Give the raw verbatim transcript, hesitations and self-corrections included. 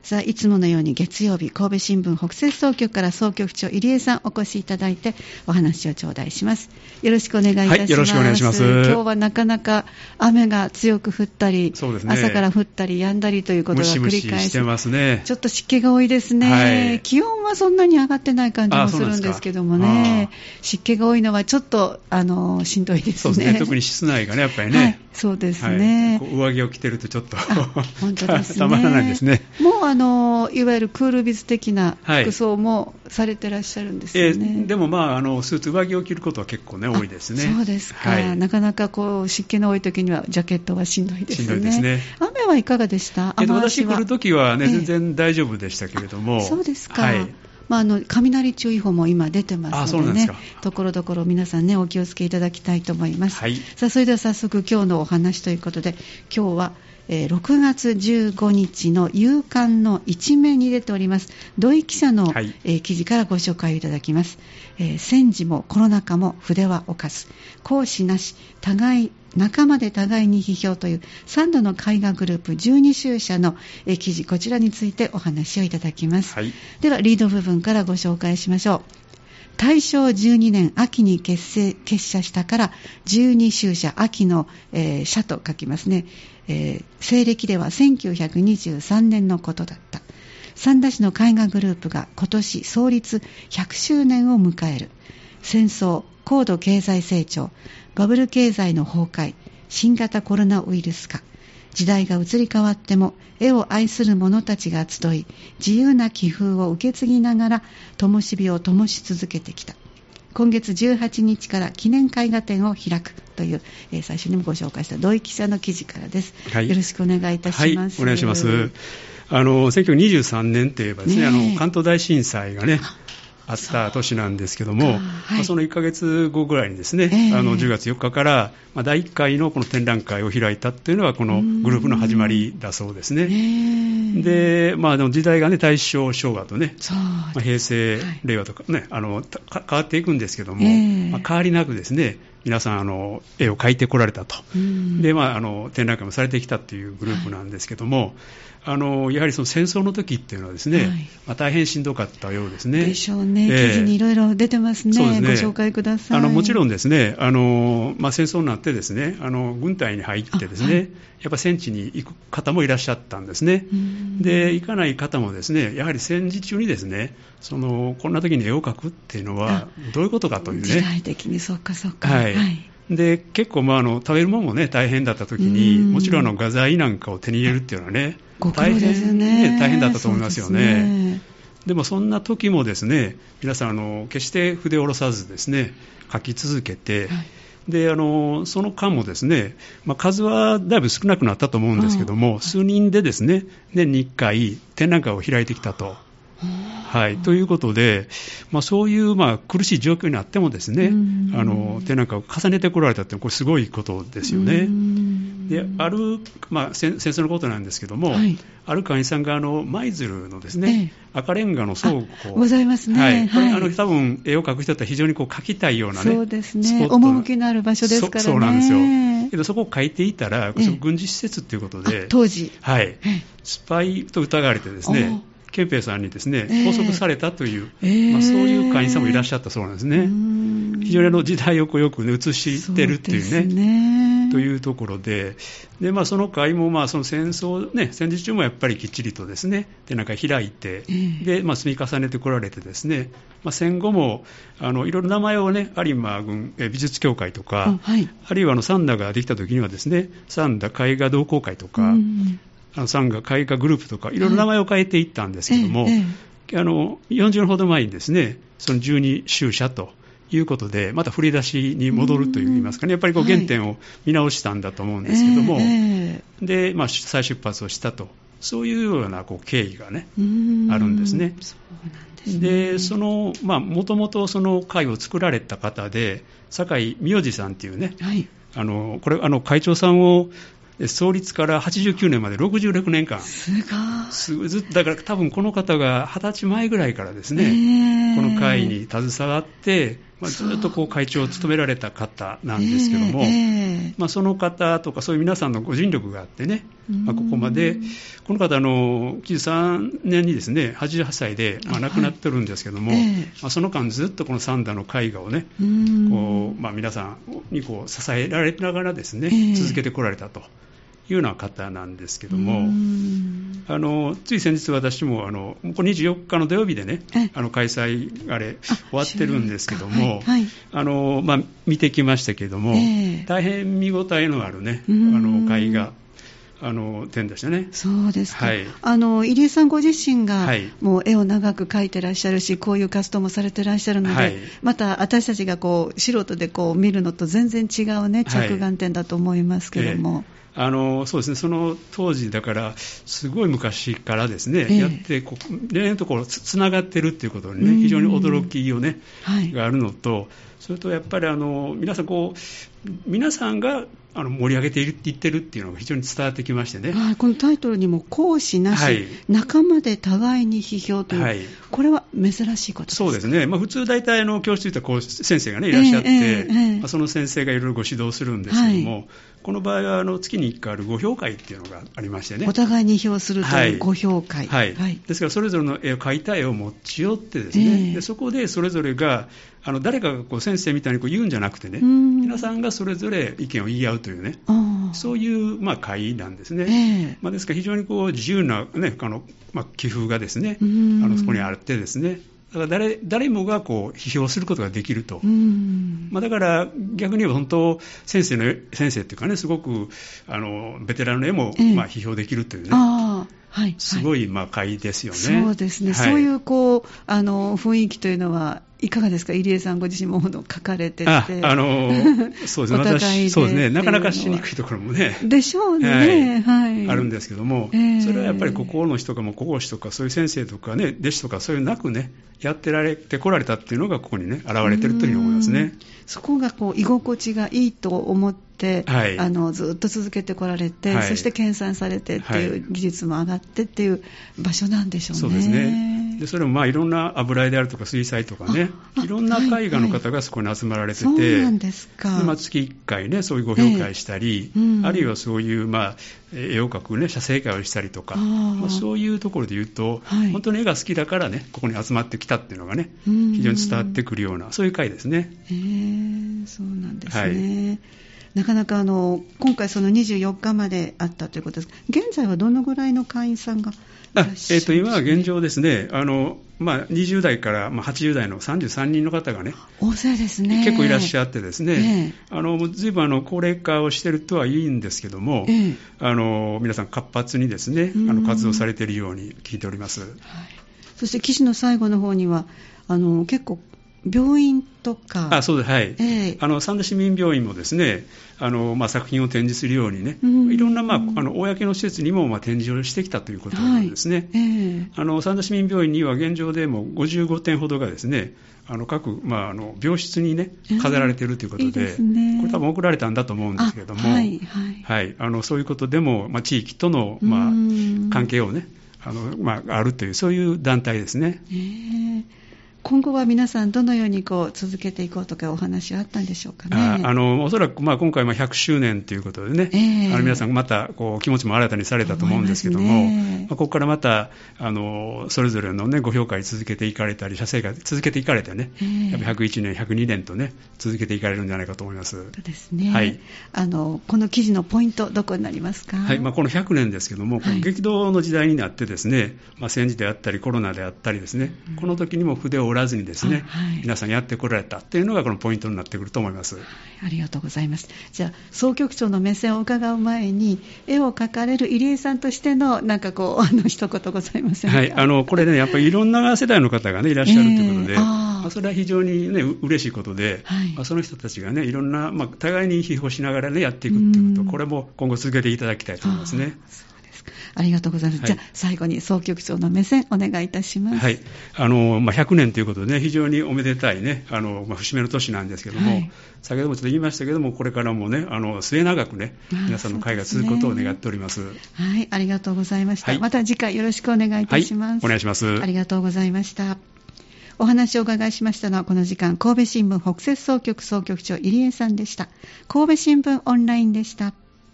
さあいつものように月曜日、神戸新聞北摂総局から総局長入江さんお越しいただいてお話を頂戴します。よろしくお願いいたします。 はい、よろしくお願いします。 今日はなかなか雨が強く降ったり、そうですね、朝から降ったり止んだりということが繰り返し、 ムシムシしてますね。 ちょっと湿気が多いですね、はい、気温はそんなに上がってない感じもするんですけどもね、湿気が多いのはちょっとあのしんどいですね。 そうですね、特に室内がねやっぱりね、 はい、そうですね、 はい、上着を着てるとちょっと本当ですね、 たまらないですね。 もうあのいわゆるクールビズ的な服装もされてらっしゃるんですよね。 えー、でも、まあ、あのスーツ上着を着ることは結構、ね、多いですね。 そうですか、はい、なかなかこう湿気の多い時にはジャケットはしんどいですね。 しんどいですね。 雨はいかがでした？ えー、私来る時は、ね、えー、全然大丈夫でしたけれども。 そうですか、 はい、 まあ、あの雷注意報も今出てますのでね、ところどころ皆さんねお気をつけいただきたいと思います。 はい、 さあそれでは早速今日のお話ということで、今日はえー、ろくがつじゅうごにちの夕刊の一面に出ております土井記者の、はい、えー、記事からご紹介をいただきます。えー、戦時もコロナ禍も筆は犯す、講師なし互い仲間で互いに批評というさんどの絵画グループじゅうにしゅうしゃの、えー、記事、こちらについてお話をいただきます。はい、ではリード部分からご紹介しましょう。大正じゅうにねん秋に結成結社したからじゅうにしゅうしゃ、秋の、えー、社と書きますね。えー、西暦ではせんきゅうひゃくにじゅうさんねんのことだった。三田市の絵画グループが今年創立ひゃくしゅうねんを迎える。戦争、高度経済成長、バブル経済の崩壊、新型コロナウイルス化、時代が移り変わっても絵を愛する者たちが集い、自由な気風を受け継ぎながら灯火を灯し続けてきた。今月じゅうはちにちから記念絵画展を開くという、えー、最初にもご紹介した土井記者の記事からです。はい、よろしくお願いいたします。 はい、お願いします。あのせんきゅうひゃくにじゅうさんねんといえばですね、あの関東大震災がねあった年なんですけども、はい、まあ、そのいっかげつごぐらいにですね、えー、あのじゅうがつよっかから、まあ、だいいっかいのこの展覧会を開いたというのがこのグループの始まりだそうですね。えー、で、まあ、時代が、ね、大正昭和とね、まあ、平成、はい、令和とか、ね、あの変わっていくんですけども、えーまあ、変わりなくですね皆さんあの絵を描いてこられたと、で、まあ、あの展覧会もされてきたというグループなんですけども、はい、あのやはりその戦争の時っていうのはですね、はい、まあ、大変しんどかったようですね。 でしょうね、えー、記事にいろいろ出てますね。そうですね、ご紹介ください。 あのもちろんですね、あの、まあ、戦争になってですね、あの軍隊に入ってですね、はい、やっぱ戦地に行く方もいらっしゃったんですね。で、行かない方もですね、やはり戦時中にですね、そのこんな時に絵を描くっていうのはどういうことかというね、 時代的にそうかそうか、 はい、はい、で結構、まあ、あの食べるものも、ね、大変だった時に、もちろんあの画材なんかを手に入れるっていうのはね、 大変ですね、 ね、大変だったと思いますよね。でもそんな時もですね、皆さんあの決して筆を下ろさずですね描き続けて、はい、であのその間もですね、まあ、数はだいぶ少なくなったと思うんですけども、数人でですね年にいっかい展覧会を開いてきたと。はい、ということで、まあ、そういう、まあ、苦しい状況にあってもですね、あの展覧会を重ねてこられたというのはこれすごいことですよね。である、まあ、戦争のことなんですけども、はい、ある会員さんがあの舞鶴のですね、ええ、赤レンガの倉庫ございますね、 はいはい、あの多分絵を描く人だったら非常にこう描きたいような、ね、 そうですね、趣のある場所ですからね。 そ, そうなんですよ。けどそこを描いていたら、ええ、軍事施設ということで当時、 はい、スパイと疑われてですね、憲兵さんにですね拘束されたという、えーまあ、そういう会員さんもいらっしゃったそうなんですね。非常にあの時代をこうよく、ね、映してるっていうね、ねというところで、で、まあ、その会も、まあ、その戦争、ね、戦時中もやっぱりきっちりとですね展覧会開いて、えーでまあ、積み重ねてこられてですね、まあ、戦後もあのいろいろ名前をね有馬軍美術協会とか、はい、あるいはあのサンダができた時にはですねサンダ絵画同好会とか、うんあのサンガ絵画グループとかいろいろ名前を変えていったんですけども、はいええ、あのよんじゅうねんほど前にですねそのじゅうにしゅうしゃということでまた振り出しに戻るといいますかね、やっぱりこう原点を見直したんだと思うんですけども、はいええ、で、まあ、再出発をしたと、そういうようなこう経緯がねあるんですね。 そうなんですね。 でそのもともとその会を作られた方で酒井明治さんっていうね、はい、あのこれあの会長さんを創立からはちじゅうきゅうねんまでろくじゅうろくねんかん、 すごい、 ずっとだから多分この方がはたちまえぐらいからですね、この会に携わってまあ、ずっとこう会長を務められた方なんですけども、えーえーまあ、その方とかそういう皆さんのご尽力があってね、まあ、ここまでこの方あのきゅうじゅうさんねんにですねはちじゅうはっさいで、まあ、亡くなってるんですけども、はいえーまあ、その間ずっとこの三田の絵画をねこう、まあ、皆さんにこう支えられながらですね、えー、続けてこられたというような方なんですけども、あのつい先日私もあのこれにじゅうよっかの土曜日でねあの開催あれ終わってるんですけども、はいはい、あのまあ、見てきましたけれども、えー、大変見応えのあるねあの絵画あの点でしたね。 そうですか、はい、あの入江さんご自身が、はい、もう絵を長く描いてらっしゃるしこういう活動もされてらっしゃるので、はい、また私たちがこう素人でこう見るのと全然違うね着眼点だと思いますけども、はいえーあのそうですね、その当時だからすごい昔からですね、ええ、やってこう例のところつ, つながってるっていうことにね非常に驚きをね、はい、があるのと、それとやっぱりあの皆さんこう皆さんがあの盛り上げていってるっていうのが非常に伝わってきましてね、 はい、このタイトルにも講師なし、はい、仲間で互いに批評という、はい、これは珍しいことですか。 そうですね、まあ、普通大体の教室といったらこう先生が、ね、いらっしゃって、えーえーまあ、その先生がいろいろご指導するんですけども、はい、この場合はあの月にいっかいあるご評会っていうのがありましてね、 お互いに評するというご評会、 はいはいはい、ですからそれぞれの絵を描いた絵を持ち寄ってですね、えー、でそこでそれぞれがあの誰かがこう先生みたいにこう言うんじゃなくてね、皆さんがそれぞれ意見を言い合うというね、そういう、まあ、会なんですね、えーまあ、ですから非常にこう自由な、ねあのまあ、気風がですねあのそこにあってですね、だから 誰, 誰もがこう批評することができると、まあ、だから逆に言えば本当先生の先生っていうかねすごくあのベテランの絵も、まあ、批評できるというね、あはい、すごいまあ会ですよね。 そうですね、はい、そういうこうあの雰囲気というのはいかがですか。入江さんご自身も書かれてて、 あ、あのそうですね、私そうですね、なかなかしにくいところもねでしょうね、はいはい、 あるんですけども、えー、それはやっぱりここの人かも講師とかそういう先生とかね弟子とかそういうなくねやってられてこられたっていうのがここにね現れてるというふうに思いますね。 そこがこう居心地がいいと思って、はい、あのずっと続けてこられて、はい、そして研鑽されてっていう技術も上がってっていう場所なんでしょうね。 そうですね。でそれもまあいろんな油絵であるとか水彩とかねいろんな絵画の方がそこに集まられてて、はいはい、そうなんですか。まあ、月いっかいねそういうご評価したり、えーうん、あるいはそういう、まあ、絵を描くね写生会をしたりとか、まあ、そういうところで言うと、はい、本当に絵が好きだからねここに集まってきたっていうのがね非常に伝わってくるようなそういう会ですね。 へー、そうなんですね、はい、なかなかあの今回そのにじゅうよっかまであったということです。現在はどのぐらいの会員さんがいらっしゃるんですか。 あ、えー、と今は現状ですね、あの、まあ、にじゅう代からはちじゅう代のさんじゅうさんにんの方がね大勢ですね。 結構いらっしゃってですね、えー、あのずいぶんあの高齢化をしているとはいいんですけども、えー、あの皆さん活発にですねあの活動されているように聞いております、はい、 そして記事の最後の方にはあの結構病院とかあそうです、はい、えー、あの三田市民病院もですねあの、まあ、作品を展示するようにね、うん、いろんな、まあ、あの公の施設にも、まあ、展示をしてきたということなんですね、はい、えー、あの三田市民病院には現状でもごじゅうごてんほどがですねあの各、まあ、あの病室にね飾られているということで、えー、いいですね、これ多分送られたんだと思うんですけれども、はいはいはい、あのそういうことでも、まあ、地域との、まあ、関係をねあの、まあ、あるというそういう団体ですね。えー今後は皆さんどのようにこう続けていこうとかお話はあったんでしょうかね。 ああのおそらくまあ今回ひゃくしゅうねんということでね、えー、あの皆さんまたこう気持ちも新たにされたと思うんですけども、ね、まあ、ここからまたあのそれぞれの、ね、ご評価に続けていかれたり写生会続けていかれてね、えー、やっぱひゃくいちねんひゃくにねんとね続けていかれるんじゃないかと思います。 そうですね、はい、あのこの記事のポイントどこになりますか。 はい、まあ、このひゃくねんですけども、はい、激動の時代になってですね、まあ、戦時であったりコロナであったりですね、うん、この時にも筆を折らずにですね、はい、皆さんやってこられたっていうのがこのポイントになってくると思います。はい、 ありがとうございます。じゃあ総局長の目線を伺う前に絵を描かれる入江さんとしてのなんかこうあの一言ございませんか。 はい、あのこれねやっぱりいろんな世代の方がねいらっしゃるということで、えー、まあ、それは非常にね嬉しいことで、はい、まあ、その人たちがねいろんな、まあ、互いに批評しながらねやっていくっていうこと、これも今後続けていただきたいと思いますね。 ありがとうございます。はい、じゃあ最後に総局長の目線お願いいたします。 はい、あのまあ、ひゃくねんということで、ね、非常におめでたい、ね、あのまあ、節目の年なんですけども、はい、先ほどもちょっと言いましたけどもこれからも、ね、あの末永く、ね、皆さんの会が続くことを願っております。 はい、ありがとうございました。はい、また次回よろしくお願いいたします。 はい、お願いします。 ありがとうございました。 お話をお伺いしましたのはこの時間神戸新聞北摂総局総局長入江さんでした。神戸新聞オンラインでした。